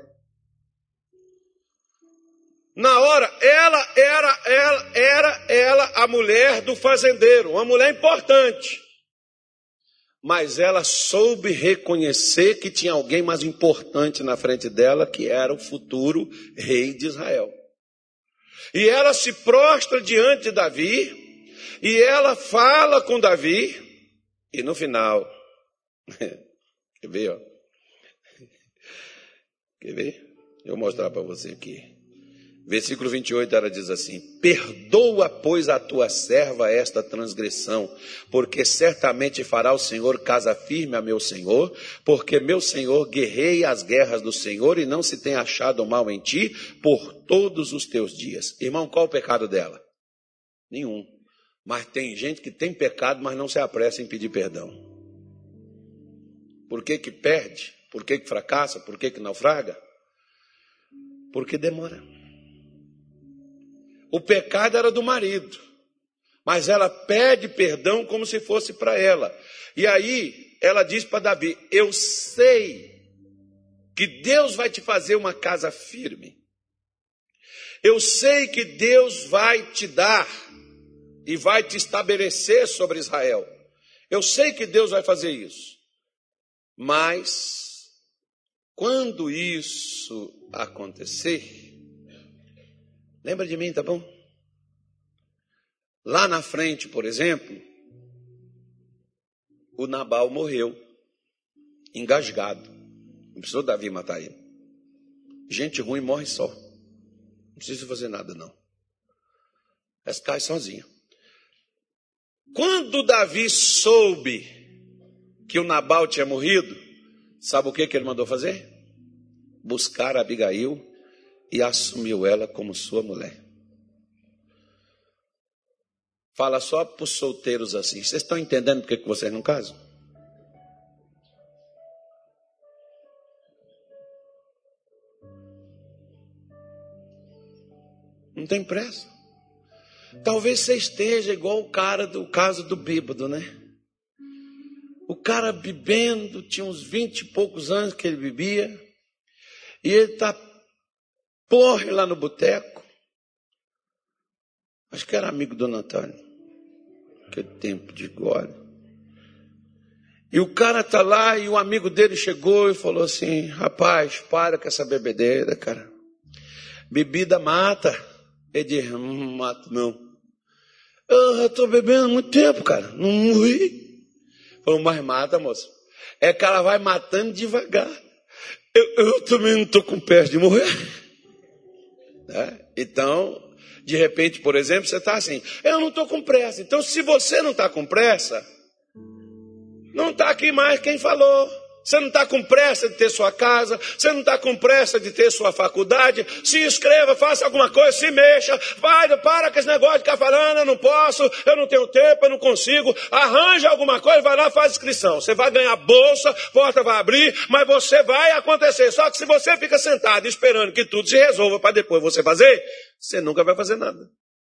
Speaker 1: Na hora, ela era, ela era ela a mulher do fazendeiro, uma mulher importante. Mas ela soube reconhecer que tinha alguém mais importante na frente dela, que era o futuro rei de Israel. E ela se prostra diante de Davi, e ela fala com Davi, e no final, quer ver, ó? Quer ver? Eu vou mostrar para você aqui. Versículo vinte e oito, ela diz assim, perdoa, pois, a tua serva esta transgressão, porque certamente fará o Senhor casa firme a meu Senhor, porque meu Senhor guerreia as guerras do Senhor e não se tem achado mal em ti por todos os teus dias. Irmão, qual o pecado dela? Nenhum. Mas tem gente que tem pecado, mas não se apressa em pedir perdão. Por que que perde? Por que que fracassa? Por que que naufraga? Porque demora. O pecado era do marido, mas ela pede perdão como se fosse para ela. E aí ela diz para Davi, eu sei que Deus vai te fazer uma casa firme. Eu sei que Deus vai te dar e vai te estabelecer sobre Israel. Eu sei que Deus vai fazer isso. Mas quando isso acontecer, lembra de mim, tá bom? Lá na frente, por exemplo, o Nabal morreu, engasgado. Não precisou Davi matar ele. Gente ruim morre só. Não precisa fazer nada, não. Ela cai sozinha. Quando Davi soube que o Nabal tinha morrido, sabe o que, que ele mandou fazer? Buscar a Abigail e assumiu ela como sua mulher. Fala só para os solteiros assim. Vocês estão entendendo por que vocês não casam? Não tem pressa. Talvez você esteja igual o cara do caso do bêbado, né? O cara bebendo, tinha uns vinte e poucos anos que ele bebia, e ele está porre lá no boteco. Acho que era amigo do Antônio, que tempo de glória. E o cara está lá, e o amigo dele chegou e falou assim: rapaz, para com essa bebedeira, cara. Bebida mata. Ele diz: não mato não. Eu estou bebendo há muito tempo, cara, não morri. Falou: mas mata, moço. É que ela vai matando devagar. Eu, eu também não estou com pressa de morrer. É? Então, de repente, por exemplo, você está assim: eu não estou com pressa. Então, se você não está com pressa, não está aqui mais quem falou. Você não está com pressa de ter sua casa, você não está com pressa de ter sua faculdade. Se inscreva, faça alguma coisa, se mexa. Vai, para com esse negócio de ficar falando: eu não posso, eu não tenho tempo, eu não consigo. Arranja alguma coisa, vai lá, faz inscrição. Você vai ganhar bolsa, porta vai abrir, mas você vai acontecer. Só que se você fica sentado esperando que tudo se resolva para depois você fazer, você nunca vai fazer nada.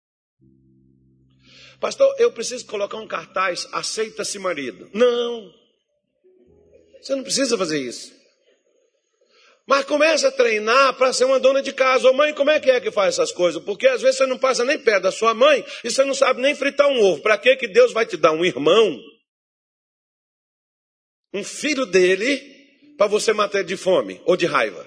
Speaker 1: Pastor, eu preciso colocar um cartaz: aceita-se marido. Não. Você não precisa fazer isso. Mas começa a treinar para ser uma dona de casa. Ô mãe, como é que é que faz essas coisas? Porque às vezes você não passa nem perto da sua mãe e você não sabe nem fritar um ovo. Para que que Deus vai te dar um irmão, um filho dele, para você matar de fome ou de raiva?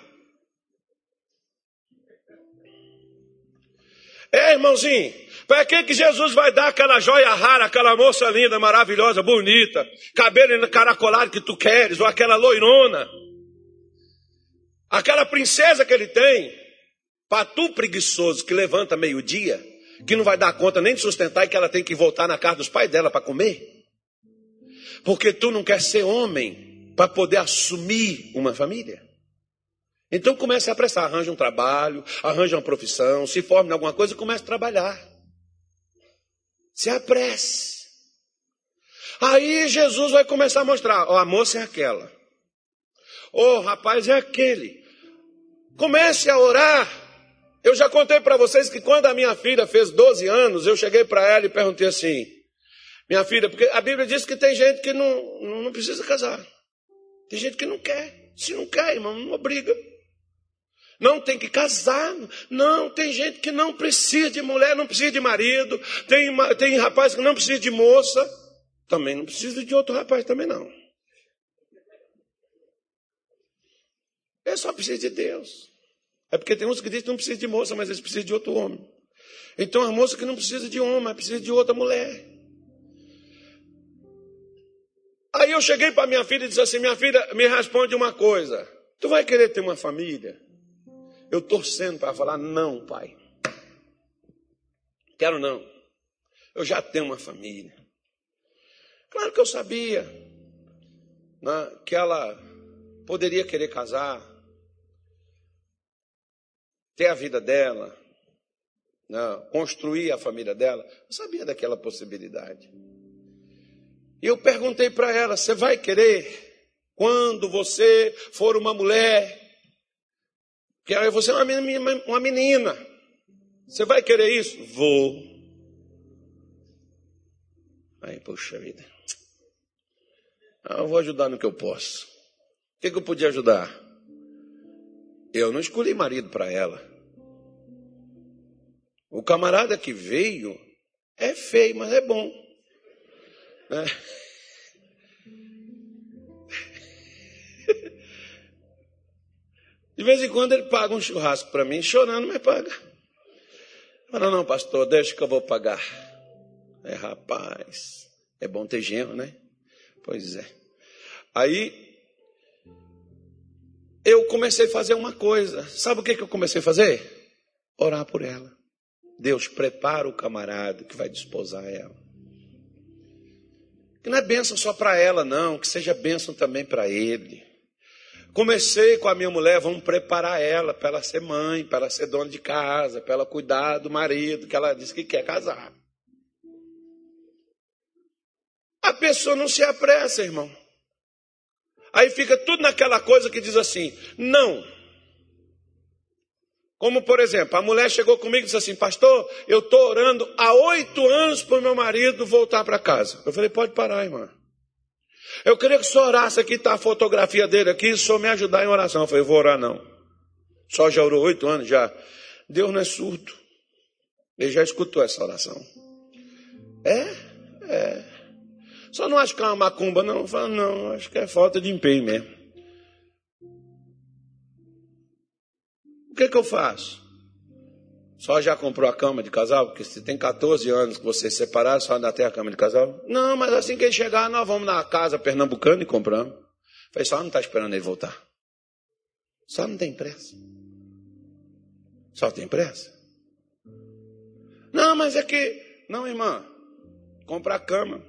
Speaker 1: É, irmãozinho, para que que Jesus vai dar aquela joia rara, aquela moça linda, maravilhosa, bonita, cabelo encaracolado que tu queres, ou aquela loirona, aquela princesa que ele tem, para tu preguiçoso que levanta meio-dia, que não vai dar conta nem de sustentar e que ela tem que voltar na casa dos pais dela para comer? Porque tu não quer ser homem para poder assumir uma família? Então comece a apressar, arranja um trabalho, arranja uma profissão, se forme em alguma coisa e comece a trabalhar. Se apresse. Aí Jesus vai começar a mostrar: ó, a moça é aquela, ó, o rapaz é aquele. Comece a orar. Eu já contei para vocês que quando a minha filha fez doze anos, eu cheguei para ela e perguntei assim: minha filha, porque a Bíblia diz que tem gente que não, não precisa casar. Tem gente que não quer. Se não quer, irmão, não obriga. Não tem que casar. Não, tem gente que não precisa de mulher, não precisa de marido. Tem, tem rapaz que não precisa de moça. Também não precisa de outro rapaz também não. Ele só precisa de Deus. É porque tem uns que dizem que não precisa de moça, mas eles precisam de outro homem. Então a moça que não precisa de homem, mas precisa de outra mulher. Aí eu cheguei para minha filha e disse assim: minha filha, me responde uma coisa. Tu vai querer ter uma família? Eu torcendo para falar: não, pai. Quero não. Eu já tenho uma família. Claro que eu sabia, né, que ela poderia querer casar, ter a vida dela, né, construir a família dela. Eu sabia daquela possibilidade. E eu perguntei para ela: você vai querer, quando você for uma mulher, que você é uma menina, uma menina, você vai querer isso? Vou. Aí, poxa vida, eu vou ajudar no que eu posso. O que, que eu podia ajudar? Eu não escolhi marido para ela. O camarada que veio é feio, mas é bom. É. De vez em quando ele paga um churrasco para mim, chorando, mas paga. Fala: não, pastor, deixa que eu vou pagar. É, rapaz, é bom ter genro, né? Pois é. Aí eu comecei a fazer uma coisa. Sabe o que eu comecei a fazer? Orar por ela. Deus, prepara o camarada que vai desposar ela. Que não é bênção só para ela, não, que seja bênção também para ele. Comecei com a minha mulher, vamos preparar ela para ela ser mãe, para ela ser dona de casa, para ela cuidar do marido, que ela disse que quer casar. A pessoa não se apressa, irmão. Aí fica tudo naquela coisa que diz assim, não. Como, por exemplo, a mulher chegou comigo e disse assim, pastor, eu estou orando há oito anos para o meu marido voltar para casa. Eu falei, pode parar, irmã. Eu queria que o senhor orasse, aqui está a fotografia dele aqui, e o senhor me ajudar em oração. Eu falei, vou orar não. Só já orou oito anos já. Deus não é surdo. Ele já escutou essa oração. É? É. Só não acho que é uma macumba, não. Eu falo, não, acho que é falta de empenho mesmo. O que que eu faço? Só já comprou a cama de casal? Porque se tem quatorze anos que vocês separaram, só ainda tem a cama de casal? Não, mas assim que ele chegar, nós vamos na casa pernambucana e compramos. Falei, só não está esperando ele voltar. Só não tem pressa. Só tem pressa. Não, mas é que... Não, irmã. Compra a cama.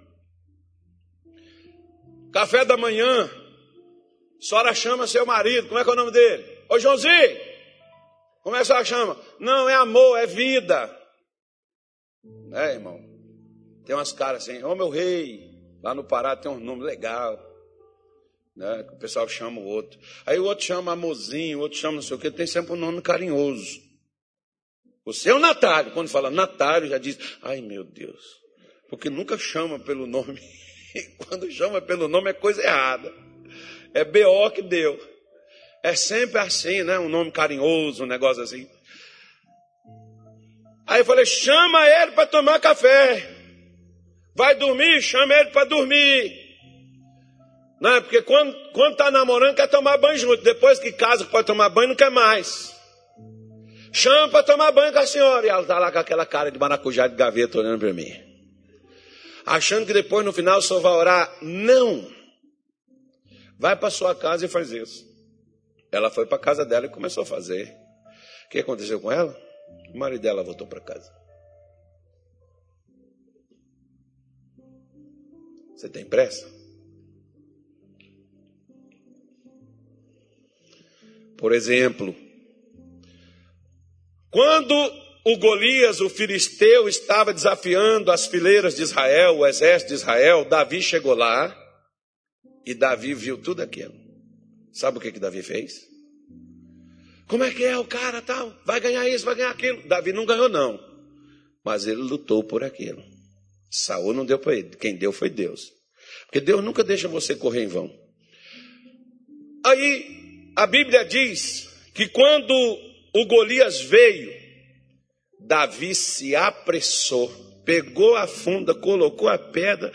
Speaker 1: Café da manhã. A senhora chama seu marido. Como é que é o nome dele? Ô, Joãozinho. Como é que a senhora chama? Não, é amor, é vida. É, irmão. Tem umas caras assim, ô meu rei. Lá no Pará tem um nome legal. Né? Que o pessoal chama o outro. Aí o outro chama amorzinho, o outro chama não sei o quê. Tem sempre um nome carinhoso. O seu Natário. Quando fala Natário, já diz, ai meu Deus. Porque nunca chama pelo nome. Quando chama pelo nome é coisa errada. É B O que deu. É sempre assim, né? Um nome carinhoso, um negócio assim. Aí eu falei, chama ele para tomar café. Vai dormir? Chama ele para dormir. Não é? Porque quando quando está namorando, quer tomar banho junto. Depois que casa, pode tomar banho, não quer mais. Chama para tomar banho com a senhora. E ela está lá com aquela cara de maracujá de gaveta olhando para mim. Achando que depois, no final, o senhor vai orar. Não. Vai para sua casa e faz isso. Ela foi para a casa dela e começou a fazer. O que aconteceu com ela? O marido dela voltou para casa. Você tem pressa? Por exemplo, quando o Golias, o filisteu, estava desafiando as fileiras de Israel, o exército de Israel, Davi chegou lá e Davi viu tudo aquilo. Sabe o que que Davi fez? Como é que é o cara tal? Vai ganhar isso, vai ganhar aquilo. Davi não ganhou não. Mas ele lutou por aquilo. Saul não deu para ele. Quem deu foi Deus. Porque Deus nunca deixa você correr em vão. Aí a Bíblia diz que quando o Golias veio, Davi se apressou. Pegou a funda, colocou a pedra...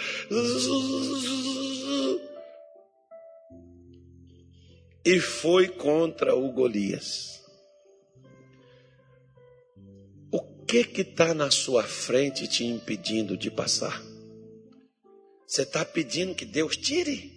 Speaker 1: E foi contra o Golias. O que que está na sua frente te impedindo de passar? Você está pedindo que Deus tire?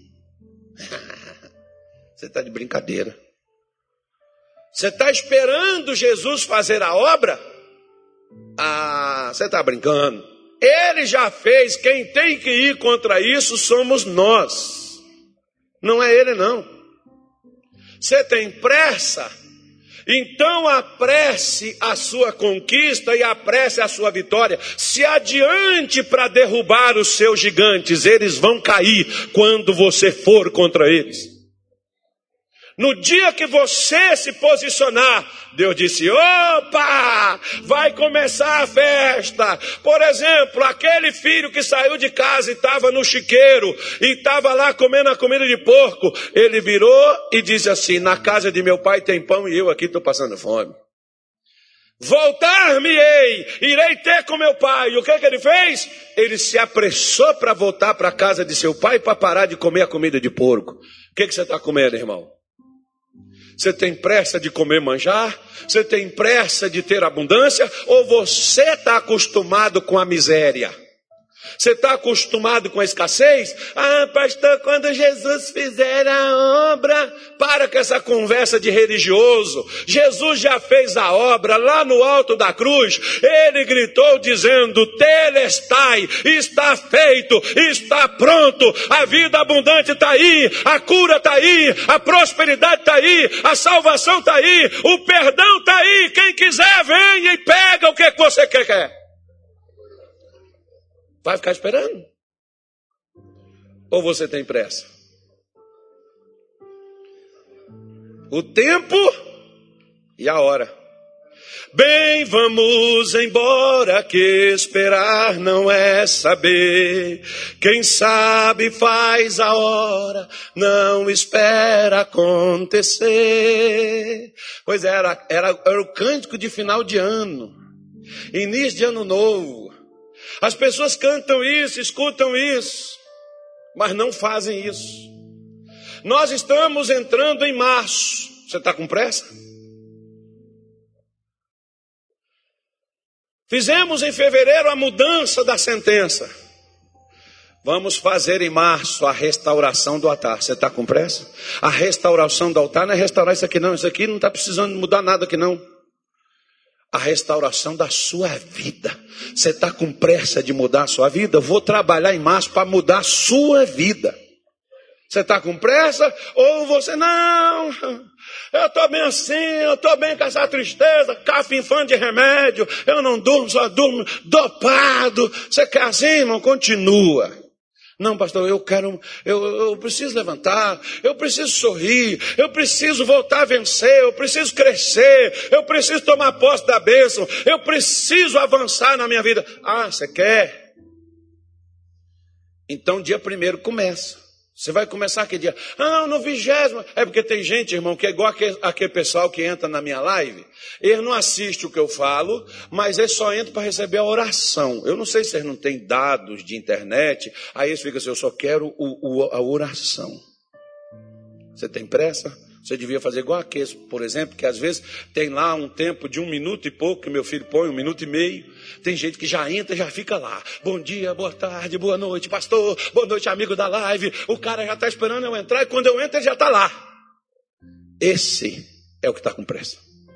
Speaker 1: Você está de brincadeira. Você está esperando Jesus fazer a obra? Ah, você está brincando. Ele já fez. Quem tem que ir contra isso somos nós. Não é ele não. Você tem pressa? Então apresse a sua conquista e apresse a sua vitória. Se adiante para derrubar os seus gigantes. Eles vão cair quando você for contra eles. No dia que você se posicionar, Deus disse, opa, vai começar a festa. Por exemplo, aquele filho que saiu de casa e estava no chiqueiro, e estava lá comendo a comida de porco, ele virou e disse assim, na casa de meu pai tem pão e eu aqui estou passando fome. Voltar-me-ei, irei ter com meu pai. E o que, que ele fez? Ele se apressou para voltar para a casa de seu pai para parar de comer a comida de porco. O que, que você está comendo, irmão? Você tem pressa de comer manjar? Você tem pressa de ter abundância? Ou você está acostumado com a miséria? Você está acostumado com a escassez? Ah, pastor, quando Jesus fizer a obra, para com essa conversa de religioso. Jesus já fez a obra lá no alto da cruz. Ele gritou dizendo, telestai, está feito, está pronto. A vida abundante está aí, a cura está aí, a prosperidade está aí, a salvação está aí, o perdão está aí. Quem quiser, venha e pega o que você quer. Vai ficar esperando? Ou você tem pressa? O tempo e a hora. Bem, vamos embora, que esperar não é saber. Quem sabe faz a hora, não espera acontecer. Pois era, era, era o cântico de final de ano, início de ano novo. As pessoas cantam isso, escutam isso, mas não fazem isso. Nós estamos entrando em março. Você está com pressa? Fizemos em fevereiro a mudança da sentença. Vamos fazer em março a restauração do altar. Você está com pressa? A restauração do altar não é restaurar isso aqui não. Isso aqui não está precisando mudar nada aqui não. A restauração da sua vida. Você está com pressa de mudar a sua vida? Eu vou trabalhar em março para mudar a sua vida. Você está com pressa? Ou você, não, eu estou bem assim, eu estou bem com essa tristeza, cafinfando de remédio, eu não durmo, só durmo dopado. Você quer assim, irmão? Continua. Não, pastor, eu quero, eu, eu preciso levantar, eu preciso sorrir, eu preciso voltar a vencer, eu preciso crescer, eu preciso tomar posse da bênção, eu preciso avançar na minha vida. Ah, você quer? Então dia primeiro começa. Você vai começar que dia? Ah, no vigésimo. É porque tem gente, irmão, que é igual aquele, aquele pessoal que entra na minha live. Ele não assiste o que eu falo, mas ele só entra para receber a oração. Eu não sei se eles não têm dados de internet. Aí eles ficam assim, eu só quero o, o, a oração. Você tem pressa? Você devia fazer igual aqueles, por exemplo, que às vezes tem lá um tempo de um minuto e pouco, que meu filho põe, um minuto e meio. Tem gente que já entra e já fica lá. Bom dia, boa tarde, boa noite, pastor. Boa noite, amigo da live. O cara já está esperando eu entrar e quando eu entro ele já está lá. Esse é o que está com pressa.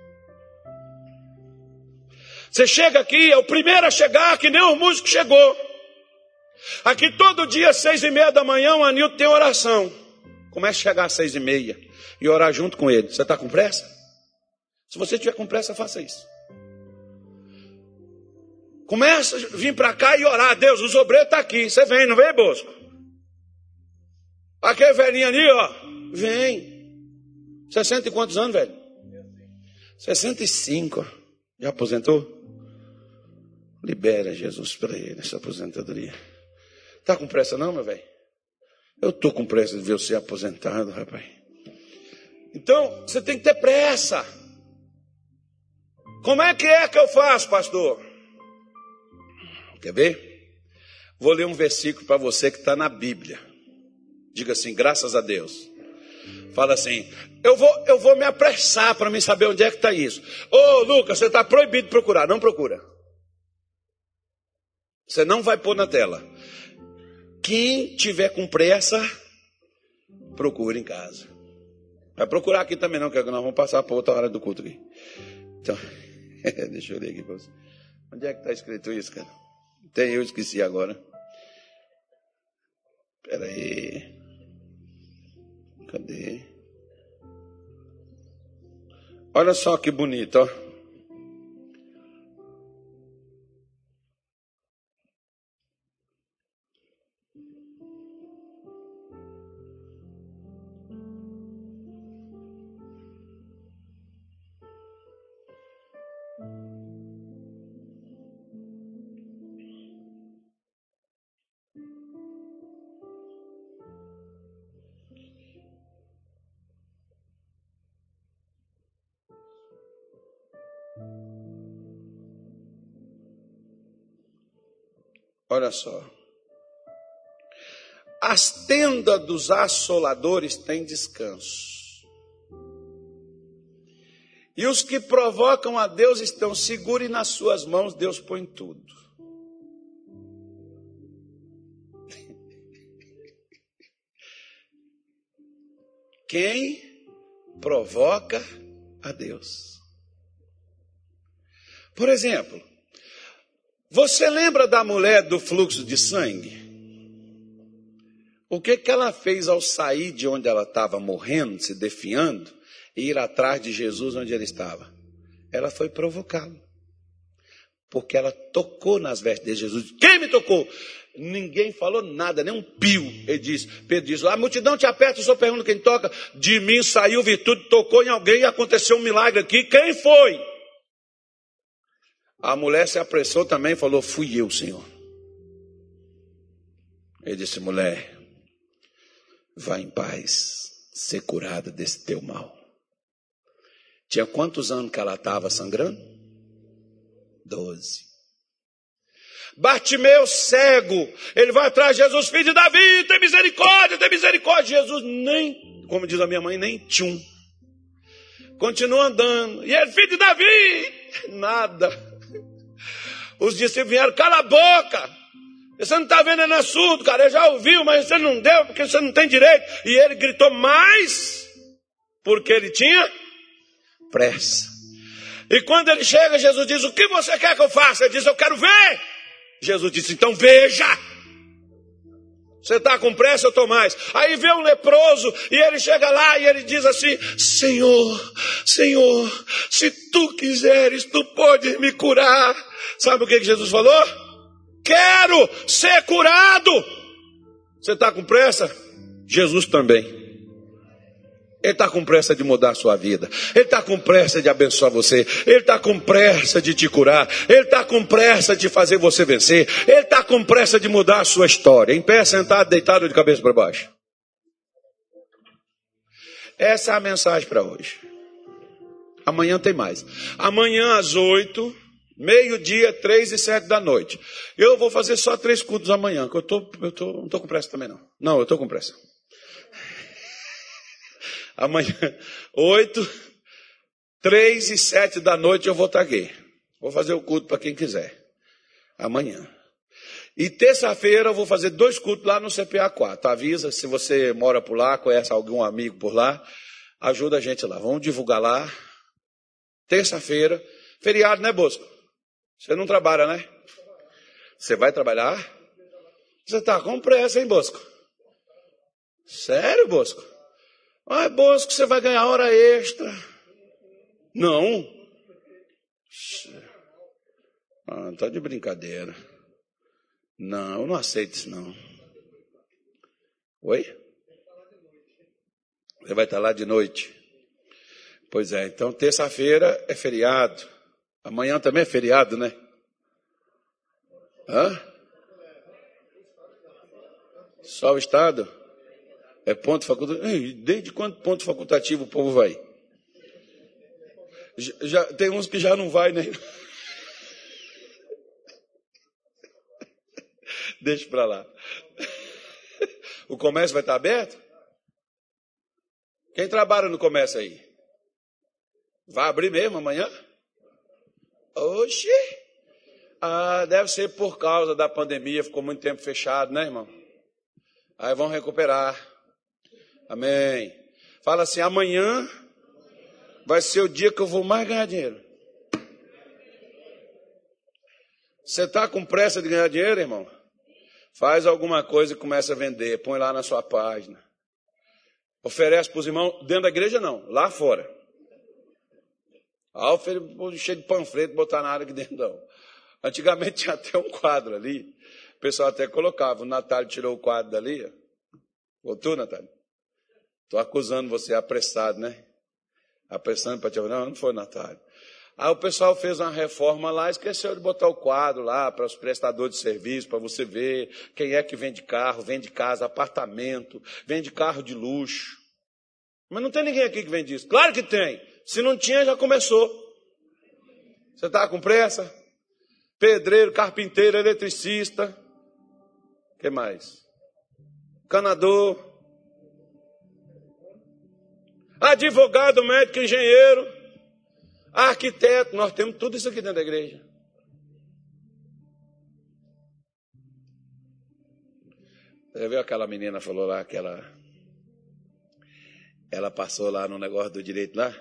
Speaker 1: Você chega aqui, é o primeiro a chegar, que nem o músico chegou. Aqui todo dia, às seis e meia da manhã, o Anilton tem oração. Comece a chegar às seis e meia e orar junto com ele. Você está com pressa? Se você tiver com pressa, faça isso. Começa a vir para cá e orar. Deus, os obreiros estão aqui. Você vem, não vem, Bosco? Aquele velhinho ali, ó. Vem. sessenta e quantos anos, velho? sessenta e cinco. Já aposentou? Libera Jesus para ele, essa aposentadoria. Está com pressa não, meu velho? Eu estou com pressa de ver você aposentado, rapaz. Então, você tem que ter pressa. Como é que é que eu faço, pastor? Quer ver? Vou ler um versículo para você que está na Bíblia. Diga assim, graças a Deus. Fala assim, eu vou, eu vou me apressar para mim saber onde é que está isso. Ô, Lucas, você está proibido de procurar. Não procura. Você não vai pôr na tela. Quem tiver com pressa, procura em casa. Vai procurar aqui também não, que nós vamos passar para outra hora do culto aqui. Então, deixa eu ler aqui para você. Onde é que está escrito isso, cara? Tem, eu esqueci agora. Espera aí. Cadê? Olha só que bonito, ó. Olha só. As tendas dos assoladores têm descanso. E os que provocam a Deus estão seguros e nas suas mãos Deus põe tudo. quem provoca a Deus. Por exemplo, você lembra da mulher do fluxo de sangue? O que que ela fez ao sair de onde ela estava morrendo, se definhando, e ir atrás de Jesus onde ele estava? Ela foi provocá-lo. Porque ela tocou nas vestes de Jesus. Quem me tocou? Ninguém falou nada, nem um pio. Ele disse, Pedro diz, a multidão te aperta, o senhor pergunta quem toca. De mim saiu virtude, tocou em alguém e aconteceu um milagre aqui. Quem foi? A mulher se apressou também e falou, fui eu, Senhor. Ele disse, mulher, vá em paz, ser curada desse teu mal. Tinha quantos anos que ela estava sangrando? Doze. Bartimeu cego, ele vai atrás de Jesus, filho de Davi, tem misericórdia, tem misericórdia. Jesus nem, como diz a minha mãe, nem tchum. Continua andando. E ele, filho de Davi, nada. Os discípulos vieram, cala a boca. Você não está vendo, é surdo, cara. Ele já ouviu, mas você não deu, porque você não tem direito. E ele gritou mais, porque ele tinha pressa. E quando ele chega, Jesus diz, o que você quer que eu faça? Ele diz, eu quero ver. Jesus disse, então veja. Você está com pressa, eu estou mais. Aí vê um leproso, e ele chega lá, e ele diz assim, Senhor, Senhor, se tu quiseres, tu podes me curar. Sabe o que Jesus falou? Quero ser curado. Você está com pressa? Jesus também. Ele está com pressa de mudar a sua vida. Ele está com pressa de abençoar você. Ele está com pressa de te curar. Ele está com pressa de fazer você vencer. Ele está com pressa de mudar a sua história. Em pé, sentado, deitado de cabeça para baixo. Essa é a mensagem para hoje. Amanhã tem mais. Amanhã às oito, meio-dia, três e sete da noite. Eu vou fazer só três cultos amanhã, que eu tô, eu tô, não estou com pressa também não. Não, eu estou com pressa. Amanhã, oito, três e sete da noite eu vou estar aqui. Vou fazer o culto para quem quiser. Amanhã. E terça-feira eu vou fazer dois cultos lá no C P A quatro. Avisa, se você mora por lá, conhece algum amigo por lá, ajuda a gente lá. Vamos divulgar lá. Terça-feira. Feriado, né, Bosco? Você não trabalha, né? Você vai trabalhar? Você está com pressa, hein, Bosco? Sério, Bosco? Ah, Bosco, você vai ganhar hora extra. Não. Ah, tá de brincadeira. Não, eu não aceito isso, não. Oi? Você vai estar lá de noite? Pois é, então terça-feira é feriado. Amanhã também é feriado, né? Hã? Só o Estado? É ponto facultativo. Desde quanto ponto facultativo o povo vai? Já, já, tem uns que já não vai, né? Deixa para lá. O comércio vai estar aberto? Quem trabalha no comércio aí? Vai abrir mesmo amanhã? Oxi! Ah, deve ser por causa da pandemia, ficou muito tempo fechado, né, irmão? Aí vão recuperar. Amém. Fala assim, amanhã vai ser o dia que eu vou mais ganhar dinheiro. Você está com pressa de ganhar dinheiro, irmão? Faz alguma coisa e começa a vender. Põe lá na sua página. Oferece para os irmãos, dentro da igreja não, lá fora. Ah, cheio de panfleto, botar na área aqui dentro não. Antigamente tinha até um quadro ali. O pessoal até colocava. O Natália tirou o quadro dali. Voltou, Natália? Estou acusando você, apressado, né? Apressando para te... Não, não foi, Natália. Aí o pessoal fez uma reforma lá, esqueceu de botar o quadro lá para os prestadores de serviço, para você ver quem é que vende carro, vende casa, apartamento, vende carro de luxo. Mas não tem ninguém aqui que vende isso. Claro que tem. Se não tinha, já começou. Você está com pressa? Pedreiro, carpinteiro, eletricista. O que mais? Canador. Advogado, médico, engenheiro, arquiteto, nós temos tudo isso aqui dentro da igreja. Você viu aquela menina falou lá, aquela... Ela passou lá no negócio do direito lá.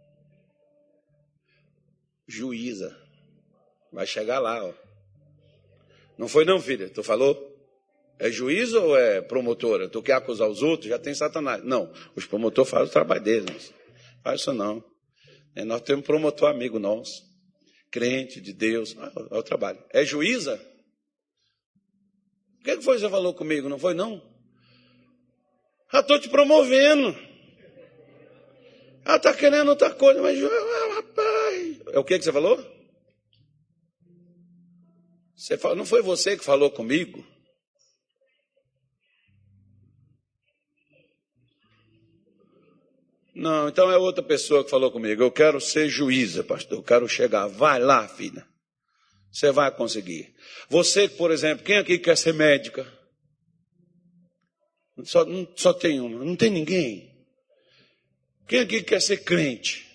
Speaker 1: Juíza. Vai chegar lá, ó. Não foi não, filha? Tu falou? É juíza ou é promotora? Tu quer acusar os outros? Já tem Satanás. Não, os promotores fazem o trabalho deles. Faz isso não. É, nós temos promotor amigo nosso. Crente de Deus. É o trabalho. É juíza? O que foi que você falou comigo? Não foi não? Ah, estou te promovendo. Ah, está querendo outra coisa. Mas, ah, rapaz. É o que, que você falou? Você falou, não foi você que falou comigo? Não, então é outra pessoa que falou comigo. Eu quero ser juíza, pastor. Eu quero chegar. Vai lá, filha. Você vai conseguir. Você, por exemplo, quem aqui quer ser médica? Só, só tem uma. Não tem ninguém. Quem aqui quer ser crente?